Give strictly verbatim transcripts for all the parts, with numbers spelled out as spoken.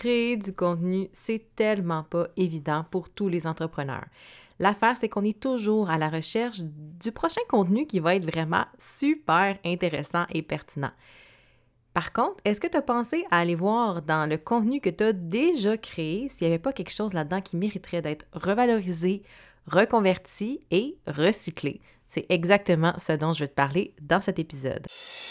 créer du contenu, c'est tellement pas évident pour tous les entrepreneurs. L'affaire, c'est qu'on est toujours à la recherche du prochain contenu qui va être vraiment super intéressant et pertinent. Par contre, est-ce que tu as pensé à aller voir dans le contenu que tu as déjà créé s'il n'y avait pas quelque chose là-dedans qui mériterait d'être revalorisé, reconverti et recyclé? C'est exactement ce dont je vais te parler dans cet épisode.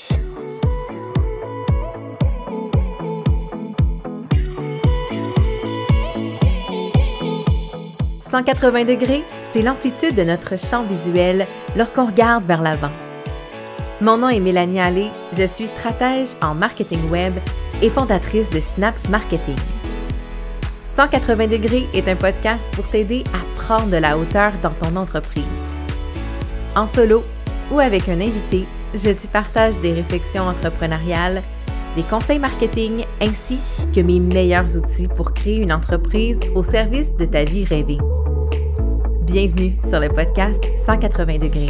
cent quatre-vingts degrés, c'est l'amplitude de notre champ visuel lorsqu'on regarde vers l'avant. Mon nom est Mélanie Allé, je suis stratège en marketing web et fondatrice de Synapse Marketing. cent quatre-vingts degrés est un podcast pour t'aider à prendre de la hauteur dans ton entreprise. En solo ou avec un invité, je t'y partage des réflexions entrepreneuriales, des conseils marketing ainsi que mes meilleurs outils pour créer une entreprise au service de ta vie rêvée. Bienvenue sur le podcast cent quatre-vingts degrés.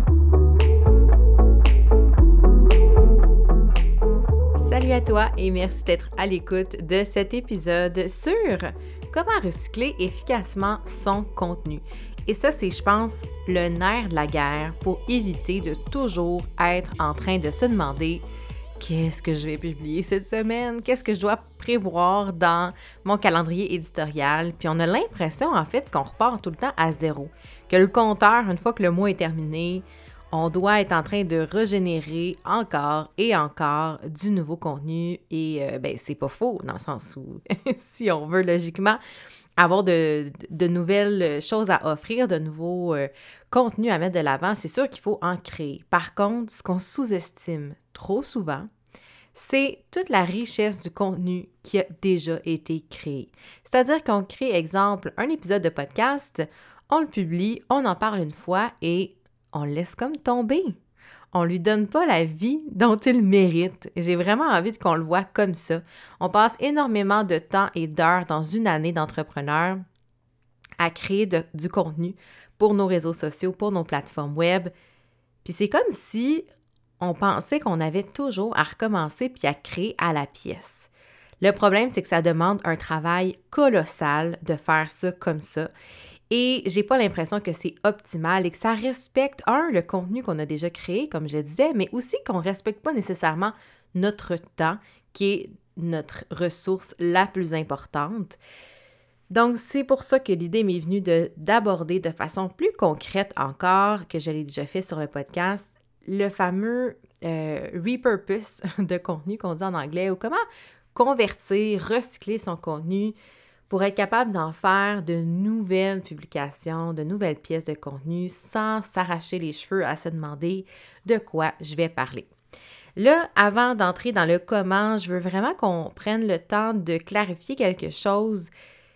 Salut à toi et merci d'être à l'écoute de cet épisode sur comment recycler efficacement son contenu. Et ça, c'est, je pense, le nerf de la guerre pour éviter de toujours être en train de se demander qu'est-ce que je vais publier cette semaine, qu'est-ce que je dois prévoir dans mon calendrier éditorial. Puis on a l'impression, en fait, qu'on repart tout le temps à zéro, que le compteur, une fois que le mois est terminé, on doit être en train de régénérer encore et encore du nouveau contenu. Et euh, ben c'est pas faux, dans le sens où, si on veut logiquement avoir de, de nouvelles choses à offrir, de nouveaux euh, contenus à mettre de l'avant, c'est sûr qu'il faut en créer. Par contre, ce qu'on sous-estime trop souvent, c'est toute la richesse du contenu qui a déjà été créé. C'est-à-dire qu'on crée, exemple, un épisode de podcast, on le publie, on en parle une fois et on le laisse comme tomber. On lui donne pas la vie dont il mérite. J'ai vraiment envie qu'on le voit comme ça. On passe énormément de temps et d'heures dans une année d'entrepreneur à créer de, du contenu pour nos réseaux sociaux, pour nos plateformes web. Puis c'est comme si on pensait qu'on avait toujours à recommencer puis à créer à la pièce. Le problème, c'est que ça demande un travail colossal de faire ça comme ça. Et j'ai pas l'impression que c'est optimal et que ça respecte, un, le contenu qu'on a déjà créé, comme je disais, mais aussi qu'on respecte pas nécessairement notre temps, qui est notre ressource la plus importante. Donc, c'est pour ça que l'idée m'est venue de, d'aborder de façon plus concrète encore, que je l'ai déjà fait sur le podcast, le fameux euh, repurpose de contenu qu'on dit en anglais, ou comment convertir, recycler son contenu pour être capable d'en faire de nouvelles publications, de nouvelles pièces de contenu sans s'arracher les cheveux à se demander de quoi je vais parler. Là, avant d'entrer dans le comment, je veux vraiment qu'on prenne le temps de clarifier quelque chose.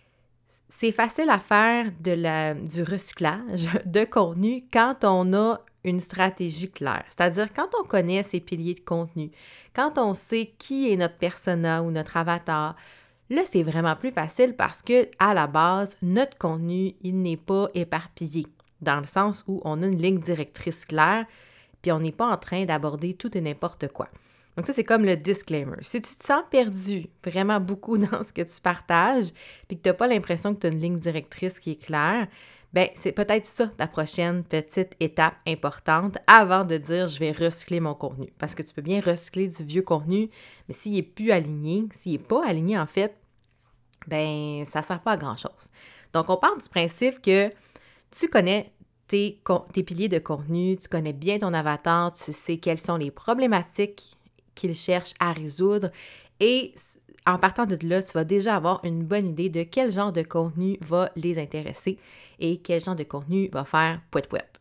C'est facile à faire de la, du recyclage de contenu quand on a une stratégie claire. C'est-à-dire quand on connaît ses piliers de contenu, quand on sait qui est notre persona ou notre avatar. Là, c'est vraiment plus facile parce que à la base, notre contenu, il n'est pas éparpillé, dans le sens où on a une ligne directrice claire, puis on n'est pas en train d'aborder tout et n'importe quoi. Donc ça, c'est comme le disclaimer. Si tu te sens perdu vraiment beaucoup dans ce que tu partages, puis que tu n'as pas l'impression que tu as une ligne directrice qui est claire, bien, c'est peut-être ça ta prochaine petite étape importante avant de dire « je vais recycler mon contenu ». Parce que tu peux bien recycler du vieux contenu, mais s'il n'est plus aligné, s'il n'est pas aligné en fait, bien, ça ne sert pas à grand-chose. Donc, on part du principe que tu connais tes, tes piliers de contenu, tu connais bien ton avatar, tu sais quelles sont les problématiques qu'il cherche à résoudre et en partant de là, tu vas déjà avoir une bonne idée de quel genre de contenu va les intéresser et quel genre de contenu va faire pouet-pouet.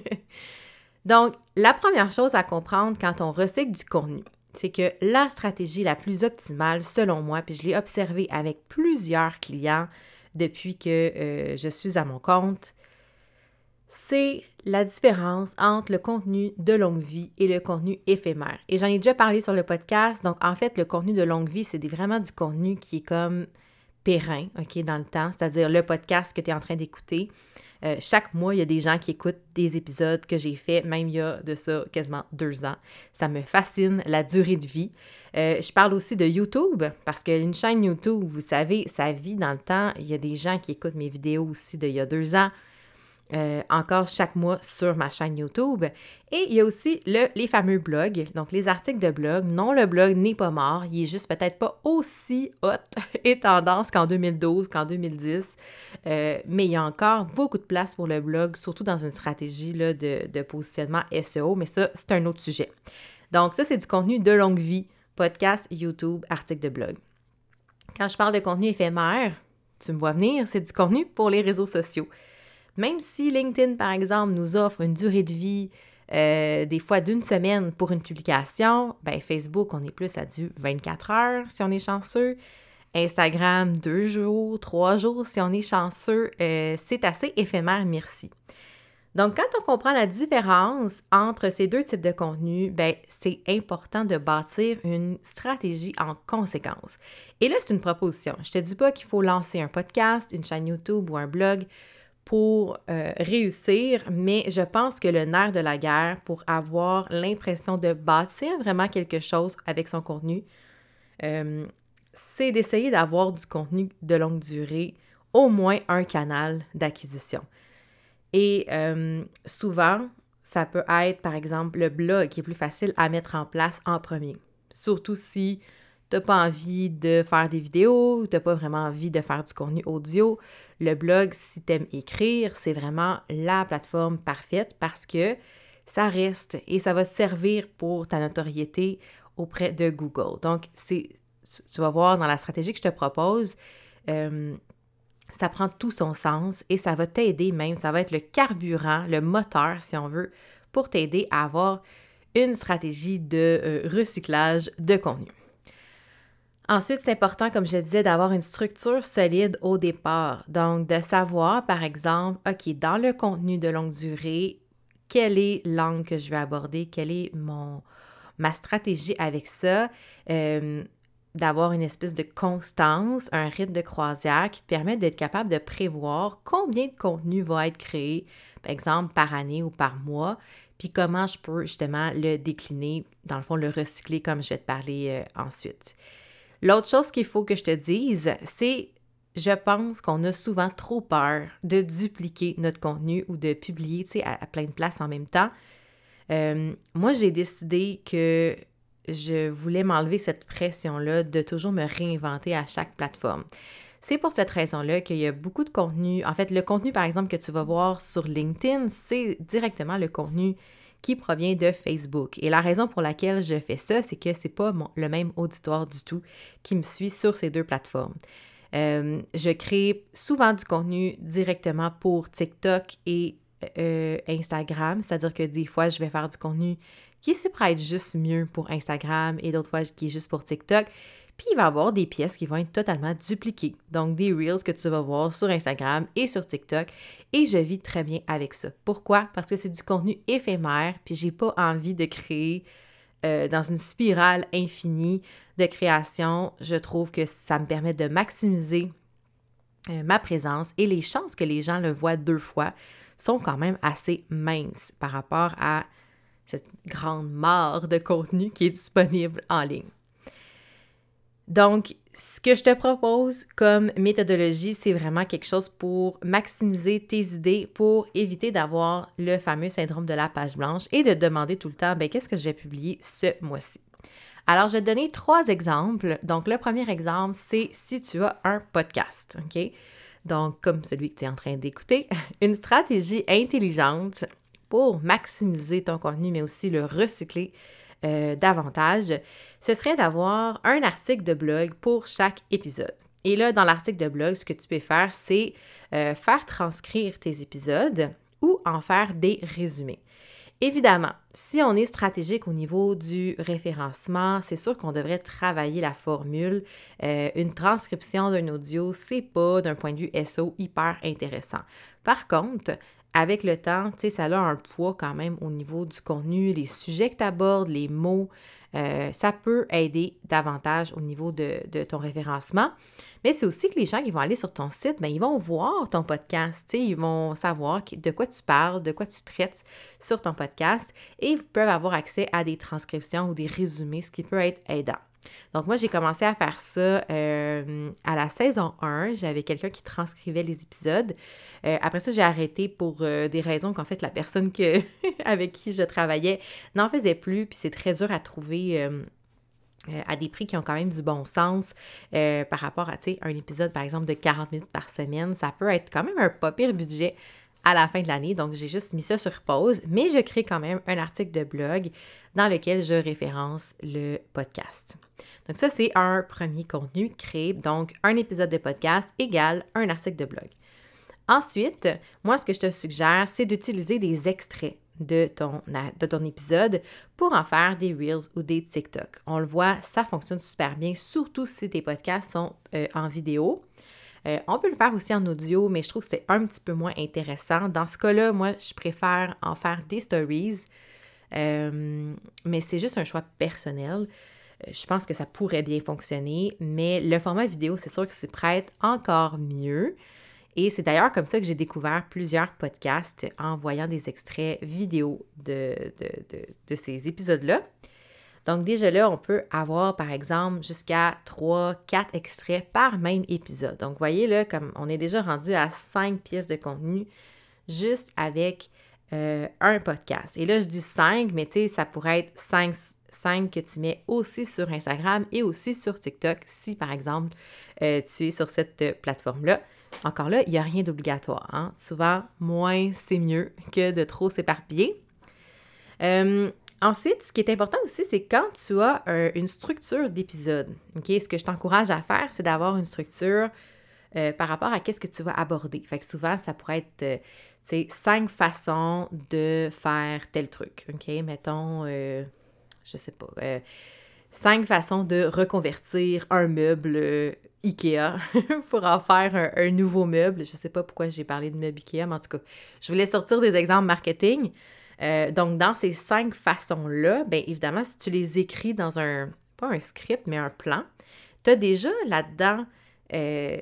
Donc, la première chose à comprendre quand on recycle du contenu, c'est que la stratégie la plus optimale, selon moi, puis je l'ai observé avec plusieurs clients depuis que euh, je suis à mon compte, c'est la différence entre le contenu de longue vie et le contenu éphémère. Et j'en ai déjà parlé sur le podcast. Donc, en fait, le contenu de longue vie, c'est des, vraiment du contenu qui est comme périn, OK, dans le temps, c'est-à-dire le podcast que tu es en train d'écouter. Euh, chaque mois, il y a des gens qui écoutent des épisodes que j'ai faits, même il y a de ça quasiment deux ans. Ça me fascine, la durée de vie. Euh, je parle aussi de YouTube, parce qu'une chaîne YouTube, vous savez, ça vit dans le temps. Il y a des gens qui écoutent mes vidéos aussi d'il y a deux ans. Euh, encore chaque mois sur ma chaîne YouTube. Et il y a aussi le, les fameux blogs, donc les articles de blog. Non, le blog n'est pas mort, il est juste peut-être pas aussi hot et tendance qu'en deux mille douze, qu'en deux mille dix, euh, mais il y a encore beaucoup de place pour le blog, surtout dans une stratégie là, de, de positionnement S E O, mais ça, c'est un autre sujet. Donc ça, c'est du contenu de longue vie, podcast, YouTube, articles de blog. Quand je parle de contenu éphémère, tu me vois venir, c'est du contenu pour les réseaux sociaux. Même si LinkedIn, par exemple, nous offre une durée de vie euh, des fois d'une semaine pour une publication, ben Facebook, on est plus à du vingt-quatre heures si on est chanceux. Instagram, deux jours, trois jours si on est chanceux. Euh, c'est assez éphémère, merci. Donc, quand on comprend la différence entre ces deux types de contenus, ben c'est important de bâtir une stratégie en conséquence. Et là, c'est une proposition. Je te dis pas qu'il faut lancer un podcast, une chaîne YouTube ou un blog pour euh, réussir, mais je pense que le nerf de la guerre pour avoir l'impression de bâtir vraiment quelque chose avec son contenu, euh, c'est d'essayer d'avoir du contenu de longue durée, au moins un canal d'acquisition. Et euh, souvent, ça peut être, par exemple, le blog qui est plus facile à mettre en place en premier. Surtout si tu n'as pas envie de faire des vidéos, tu n'as pas vraiment envie de faire du contenu audio. Le blog, si tu aimes écrire, c'est vraiment la plateforme parfaite parce que ça reste et ça va te servir pour ta notoriété auprès de Google. Donc, c'est, tu vas voir dans la stratégie que je te propose, euh, ça prend tout son sens et ça va t'aider même, ça va être le carburant, le moteur, si on veut, pour t'aider à avoir une stratégie de euh, recyclage de contenu. Ensuite, c'est important, comme je disais, d'avoir une structure solide au départ. Donc, de savoir, par exemple, OK, dans le contenu de longue durée, quelle est l'angle que je vais aborder, quelle est mon, ma stratégie avec ça, euh, d'avoir une espèce de constance, un rythme de croisière qui te permet d'être capable de prévoir combien de contenu va être créé, par exemple, par année ou par mois, puis comment je peux justement le décliner, dans le fond, le recycler comme je vais te parler euh, ensuite. L'autre chose qu'il faut que je te dise, c'est, je pense qu'on a souvent trop peur de dupliquer notre contenu ou de publier, tu sais, à, à plein de places en même temps. Euh, moi, j'ai décidé que je voulais m'enlever cette pression-là de toujours me réinventer à chaque plateforme. C'est pour cette raison-là qu'il y a beaucoup de contenu. En fait, le contenu, par exemple, que tu vas voir sur LinkedIn, c'est directement le contenu qui provient de Facebook. Et la raison pour laquelle je fais ça, c'est que c'est pas mon, le même auditoire du tout qui me suit sur ces deux plateformes. Euh, je crée souvent du contenu directement pour TikTok et euh, Instagram, c'est-à-dire que des fois, je vais faire du contenu qui se prête juste mieux pour Instagram et d'autres fois qui est juste pour TikTok. Puis il va y avoir des pièces qui vont être totalement dupliquées. Donc des Reels que tu vas voir sur Instagram et sur TikTok. Et je vis très bien avec ça. Pourquoi? Parce que c'est du contenu éphémère, puis j'ai pas envie de créer euh, dans une spirale infinie de création. Je trouve que ça me permet de maximiser euh, ma présence et les chances que les gens le voient deux fois sont quand même assez minces par rapport à cette grande mare de contenu qui est disponible en ligne. Donc, ce que je te propose comme méthodologie, c'est vraiment quelque chose pour maximiser tes idées, pour éviter d'avoir le fameux syndrome de la page blanche et de te demander tout le temps, bien, qu'est-ce que je vais publier ce mois-ci? Alors, je vais te donner trois exemples. Donc, le premier exemple, c'est si tu as un podcast, OK? Donc, comme celui que tu es en train d'écouter, une stratégie intelligente pour maximiser ton contenu, mais aussi le recycler Euh, davantage, ce serait d'avoir un article de blog pour chaque épisode. Et là, dans l'article de blog, ce que tu peux faire, c'est euh, faire transcrire tes épisodes ou en faire des résumés. Évidemment, si on est stratégique au niveau du référencement, c'est sûr qu'on devrait travailler la formule. Euh, une transcription d'un audio, c'est pas, d'un point de vue S E O, hyper intéressant. Par contre, avec le temps, tu sais, ça a un poids quand même au niveau du contenu, les sujets que tu abordes, les mots, euh, ça peut aider davantage au niveau de, de ton référencement. Mais c'est aussi que les gens qui vont aller sur ton site, bien, ils vont voir ton podcast, tu sais, ils vont savoir de quoi tu parles, de quoi tu traites sur ton podcast et ils peuvent avoir accès à des transcriptions ou des résumés, ce qui peut être aidant. Donc, moi, j'ai commencé à faire ça euh, à la saison un. J'avais quelqu'un qui transcrivait les épisodes. Euh, après ça, j'ai arrêté pour euh, des raisons qu'en fait, la personne que, avec qui je travaillais n'en faisait plus. Puis c'est très dur à trouver euh, euh, à des prix qui ont quand même du bon sens euh, par rapport à, tu sais, un épisode, par exemple, de quarante minutes par semaine. Ça peut être quand même un pas pire budget à la fin de l'année. Donc, j'ai juste mis ça sur pause, mais je crée quand même un article de blog dans lequel je référence le podcast. Donc, ça, c'est un premier contenu créé. Donc, un épisode de podcast égale un article de blog. Ensuite, moi, ce que je te suggère, c'est d'utiliser des extraits de ton, de ton épisode pour en faire des Reels ou des TikTok. On le voit, ça fonctionne super bien, surtout si tes podcasts sont euh, en vidéo. Euh, on peut le faire aussi en audio, mais je trouve que c'est un petit peu moins intéressant. Dans ce cas-là, moi, je préfère en faire des stories, euh, mais c'est juste un choix personnel. Euh, je pense que ça pourrait bien fonctionner, mais le format vidéo, c'est sûr que c'est prête encore mieux. Et c'est d'ailleurs comme ça que j'ai découvert plusieurs podcasts en voyant des extraits vidéo de, de, de, de ces épisodes-là. Donc déjà là, on peut avoir par exemple jusqu'à trois, quatre extraits par même épisode. Donc vous voyez là, comme on est déjà rendu à cinq pièces de contenu juste avec euh, un podcast. Et là, je dis cinq, mais tu sais, ça pourrait être cinq, cinq que tu mets aussi sur Instagram et aussi sur TikTok si par exemple euh, tu es sur cette euh, plateforme-là. Encore là, il n'y a rien d'obligatoire. Hein? Souvent, moins c'est mieux que de trop s'éparpiller. Euh, Ensuite, ce qui est important aussi, c'est quand tu as euh, une structure d'épisode. Okay? Ce que je t'encourage à faire, c'est d'avoir une structure euh, par rapport à qu'est-ce que tu vas aborder. Fait que souvent, ça pourrait être, euh, tu sais, cinq façons de faire tel truc. OK? Mettons, euh, je sais pas, euh, cinq façons de reconvertir un meuble euh, IKEA pour en faire un, un nouveau meuble. Je sais pas pourquoi j'ai parlé de meuble IKEA, mais en tout cas, je voulais sortir des exemples marketing. Euh, donc, dans ces cinq façons-là, bien évidemment, si tu les écris dans un, pas un script, mais un plan, tu as déjà là-dedans euh,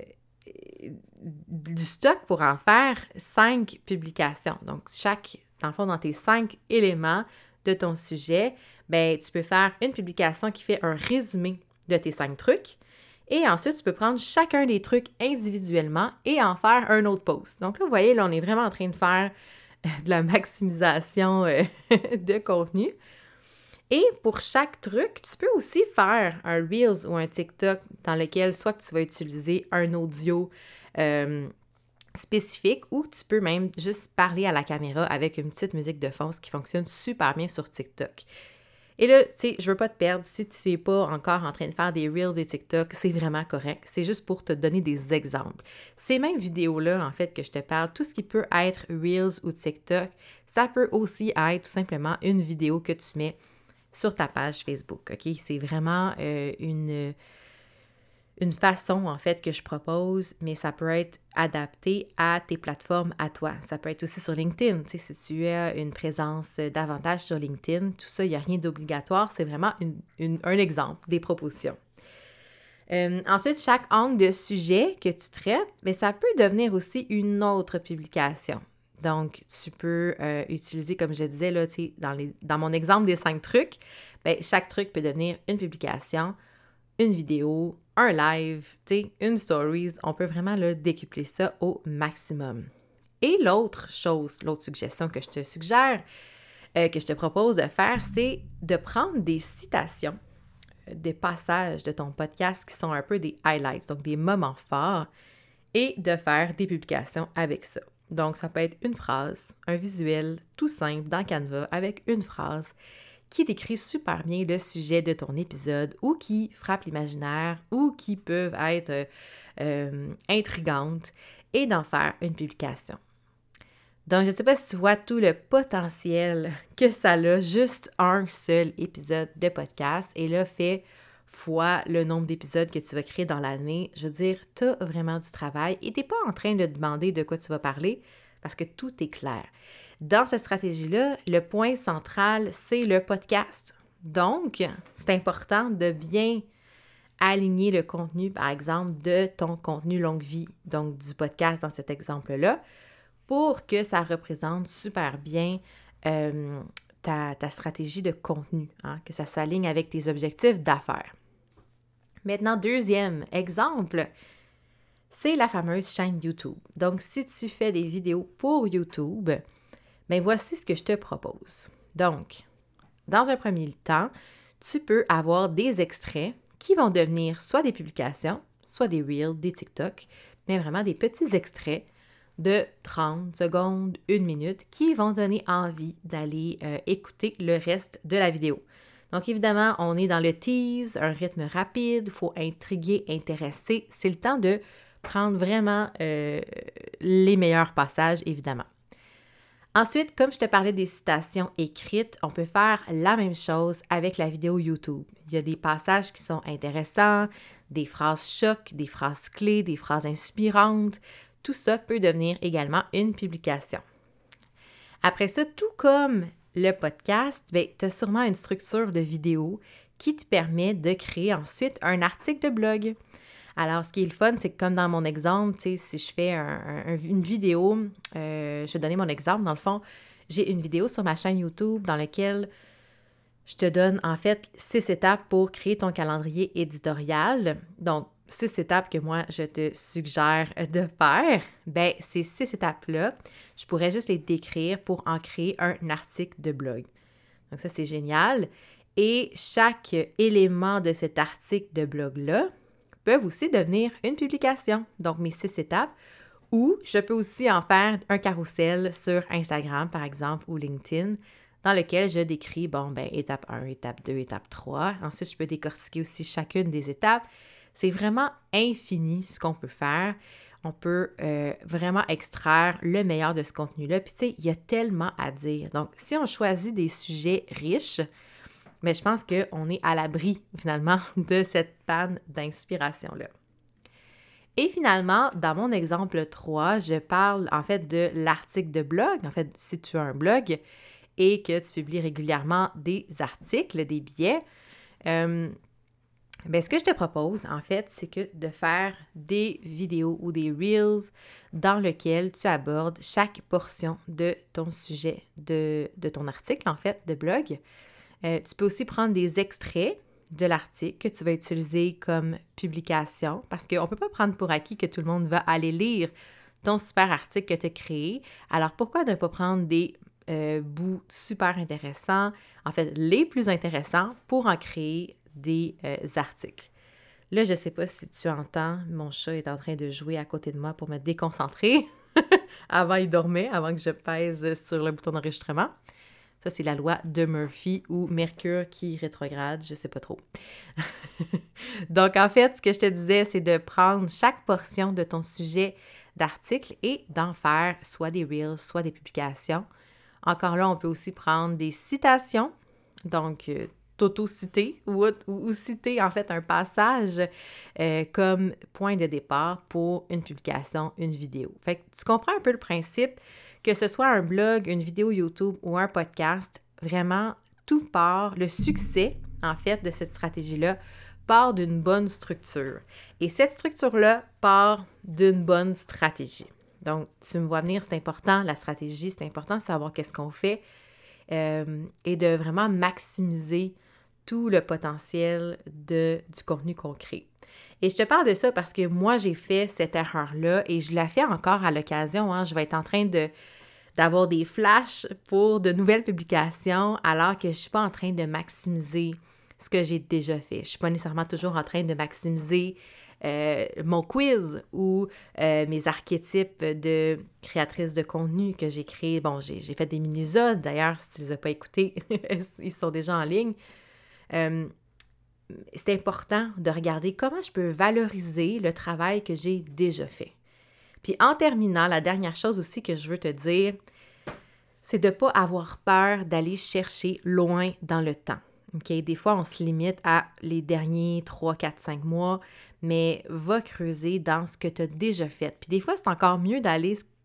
du stock pour en faire cinq publications. Donc, chaque, dans le fond, dans tes cinq éléments de ton sujet, bien, tu peux faire une publication qui fait un résumé de tes cinq trucs. Et ensuite, tu peux prendre chacun des trucs individuellement et en faire un autre post. Donc là, vous voyez, là, on est vraiment en train de faire de la maximisation euh, de contenu. Et pour chaque truc, tu peux aussi faire un Reels ou un TikTok dans lequel soit que tu vas utiliser un audio euh, spécifique ou tu peux même juste parler à la caméra avec une petite musique de fond, ce qui fonctionne super bien sur TikTok. Et là, tu sais, je veux pas te perdre. Si tu n'es pas encore en train de faire des Reels et TikTok, c'est vraiment correct. C'est juste pour te donner des exemples. Ces mêmes vidéos-là, en fait, que je te parle, tout ce qui peut être Reels ou TikTok, ça peut aussi être tout simplement une vidéo que tu mets sur ta page Facebook, OK? C'est vraiment euh, une, une façon, en fait, que je propose, mais ça peut être adapté à tes plateformes à toi. Ça peut être aussi sur LinkedIn. Tu sais, si tu as une présence davantage sur LinkedIn, tout ça, il n'y a rien d'obligatoire. C'est vraiment une, une, un exemple, des propositions. Euh, ensuite, chaque angle de sujet que tu traites, bien, ça peut devenir aussi une autre publication. Donc, tu peux euh, utiliser, comme je disais, là, tu sais, dans, les, dans mon exemple des cinq trucs, bien, chaque truc peut devenir une publication, une vidéo, un live, tu sais, une stories. On peut vraiment là, décupler ça au maximum. Et l'autre chose, l'autre suggestion que je te suggère, euh, que je te propose de faire, c'est de prendre des citations, euh, des passages de ton podcast qui sont un peu des highlights, donc des moments forts, et de faire des publications avec ça. Donc, ça peut être une phrase, un visuel tout simple dans Canva avec une phrase qui décrit super bien le sujet de ton épisode ou qui frappe l'imaginaire ou qui peuvent être euh, euh, intrigantes et d'en faire une publication. Donc, je ne sais pas si tu vois tout le potentiel que ça a, juste un seul épisode de podcast et là, fait fois le nombre d'épisodes que tu vas créer dans l'année. Je veux dire, tu as vraiment du travail et tu n'es pas en train de demander de quoi tu vas parler parce que tout est clair. Dans cette stratégie-là, le point central, c'est le podcast. Donc, c'est important de bien aligner le contenu, par exemple, de ton contenu longue vie, donc du podcast dans cet exemple-là, pour que ça représente super bien euh, ta, ta stratégie de contenu, hein, que ça s'aligne avec tes objectifs d'affaires. Maintenant, deuxième exemple, c'est la fameuse chaîne YouTube. Donc, si tu fais des vidéos pour YouTube, bien voici ce que je te propose. Donc, dans un premier temps, tu peux avoir des extraits qui vont devenir soit des publications, soit des Reels, des TikTok, mais vraiment des petits extraits de trente secondes, une minute, qui vont donner envie d'aller euh, écouter le reste de la vidéo. Donc évidemment, on est dans le tease, un rythme rapide, il faut intriguer, intéresser. C'est le temps de prendre vraiment euh, les meilleurs passages, évidemment. Ensuite, comme je te parlais des citations écrites, on peut faire la même chose avec la vidéo YouTube. Il y a des passages qui sont intéressants, des phrases chocs, des phrases clés, des phrases inspirantes. Tout ça peut devenir également une publication. Après ça, tout comme le podcast, tu as sûrement une structure de vidéo qui te permet de créer ensuite un article de blog. Alors, ce qui est le fun, c'est que comme dans mon exemple, tu sais, si je fais un, un, une vidéo, euh, je vais donner mon exemple, dans le fond, j'ai une vidéo sur ma chaîne YouTube dans laquelle je te donne en fait six étapes pour créer ton calendrier éditorial. Donc, six étapes que moi, je te suggère de faire. Bien, ces six étapes-là, je pourrais juste les décrire pour en créer un article de blog. Donc, ça, c'est génial. Et chaque élément de cet article de blog-là peuvent aussi devenir une publication. Donc, mes six étapes. Ou je peux aussi en faire un carrousel sur Instagram, par exemple, ou LinkedIn, dans lequel je décris, bon, ben étape un, étape deux, étape trois. Ensuite, je peux décortiquer aussi chacune des étapes. C'est vraiment infini ce qu'on peut faire. On peut euh, vraiment extraire le meilleur de ce contenu-là. Puis, tu sais, il y a tellement à dire. Donc, si on choisit des sujets riches, mais je pense qu'on est à l'abri, finalement, de cette panne d'inspiration-là. Et finalement, dans mon exemple trois, je parle en fait de l'article de blog. En fait, si tu as un blog et que tu publies régulièrement des articles, des billets, euh, bien, ce que je te propose, en fait, c'est que de faire des vidéos ou des reels dans lesquels tu abordes chaque portion de ton sujet, de, de ton article, en fait, de blog. Euh, tu peux aussi prendre des extraits de l'article que tu vas utiliser comme publication parce qu'on ne peut pas prendre pour acquis que tout le monde va aller lire ton super article que tu as créé. Alors, pourquoi ne pas prendre des euh, bouts super intéressants, en fait, les plus intéressants pour en créer des euh, articles. Là, je ne sais pas si tu entends, mon chat est en train de jouer à côté de moi pour me déconcentrer. Avant, il dormait, avant que je pèse sur le bouton d'enregistrement. Ça, c'est la loi de Murphy ou Mercure qui rétrograde, je ne sais pas trop. Donc, en fait, ce que je te disais, c'est de prendre chaque portion de ton sujet d'article et d'en faire soit des reels, soit des publications. Encore là, on peut aussi prendre des citations, donc euh, t'auto-citer ou, ou, ou citer en fait un passage euh, comme point de départ pour une publication, une vidéo. Fait que tu comprends un peu le principe, que ce soit un blog, une vidéo YouTube ou un podcast, vraiment tout part, le succès en fait de cette stratégie-là part d'une bonne structure. Et cette structure-là part d'une bonne stratégie. Donc, tu me vois venir, c'est important, la stratégie, c'est important de savoir qu'est-ce qu'on fait euh, et de vraiment maximiser tout le potentiel de, du contenu qu'on crée. Et je te parle de ça parce que moi, j'ai fait cette erreur-là et je la fais encore à l'occasion. Hein. Je vais être en train de, d'avoir des flashs pour de nouvelles publications alors que je ne suis pas en train de maximiser ce que j'ai déjà fait. Je ne suis pas nécessairement toujours en train de maximiser euh, mon quiz ou euh, mes archétypes de créatrice de contenu que j'ai créé. Bon, j'ai, j'ai fait des mini-sodes. D'ailleurs, si tu ne les as pas écoutés, ils sont déjà en ligne. Euh, c'est important de regarder comment je peux valoriser le travail que j'ai déjà fait. Puis en terminant, la dernière chose aussi que je veux te dire, c'est de ne pas avoir peur d'aller chercher loin dans le temps. Okay? Des fois, on se limite à les derniers trois, quatre, cinq mois, mais va creuser dans ce que tu as déjà fait. Puis des fois, c'est encore mieux d'aller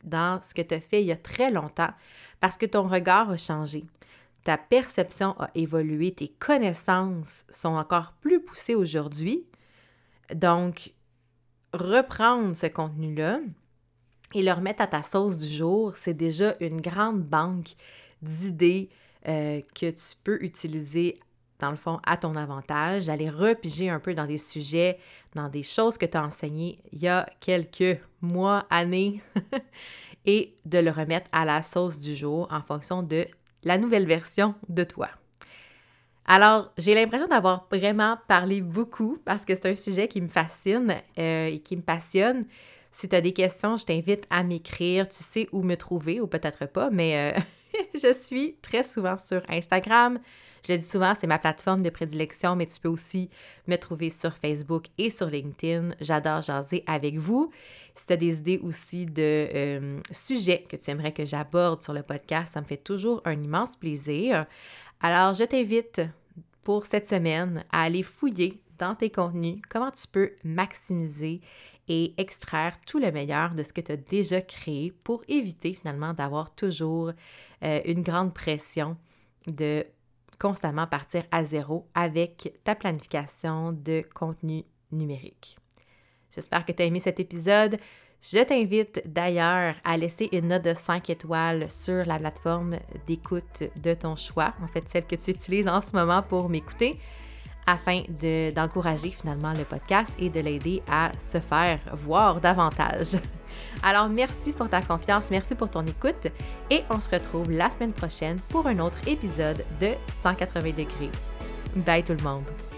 dans ce que tu as fait il y a très longtemps parce que ton regard a changé. Ta perception a évolué, tes connaissances sont encore plus poussées aujourd'hui. Donc, reprendre ce contenu-là et le remettre à ta sauce du jour, c'est déjà une grande banque d'idées euh, que tu peux utiliser dans le fond, à ton avantage, aller repiger un peu dans des sujets, dans des choses que tu as enseignées il y a quelques mois, années, et de le remettre à la sauce du jour en fonction de la nouvelle version de toi. Alors, j'ai l'impression d'avoir vraiment parlé beaucoup parce que c'est un sujet qui me fascine euh, et qui me passionne. Si tu as des questions, je t'invite à m'écrire. Tu sais où me trouver ou peut-être pas, mais euh, je suis très souvent sur Instagram. Je le dis souvent, c'est ma plateforme de prédilection, mais tu peux aussi me trouver sur Facebook et sur LinkedIn. J'adore jaser avec vous. Si tu as des idées aussi de euh, sujets que tu aimerais que j'aborde sur le podcast, ça me fait toujours un immense plaisir. Alors, je t'invite pour cette semaine à aller fouiller dans tes contenus comment tu peux maximiser et extraire tout le meilleur de ce que tu as déjà créé pour éviter finalement d'avoir toujours euh, une grande pression de constamment partir à zéro avec ta planification de contenu numérique. J'espère que tu as aimé cet épisode. Je t'invite d'ailleurs à laisser une note de cinq étoiles sur la plateforme d'écoute de ton choix, en fait celle que tu utilises en ce moment pour m'écouter, afin de, d'encourager finalement le podcast et de l'aider à se faire voir davantage. Alors, merci pour ta confiance, merci pour ton écoute et on se retrouve la semaine prochaine pour un autre épisode de cent quatre-vingts degrés. Bye tout le monde!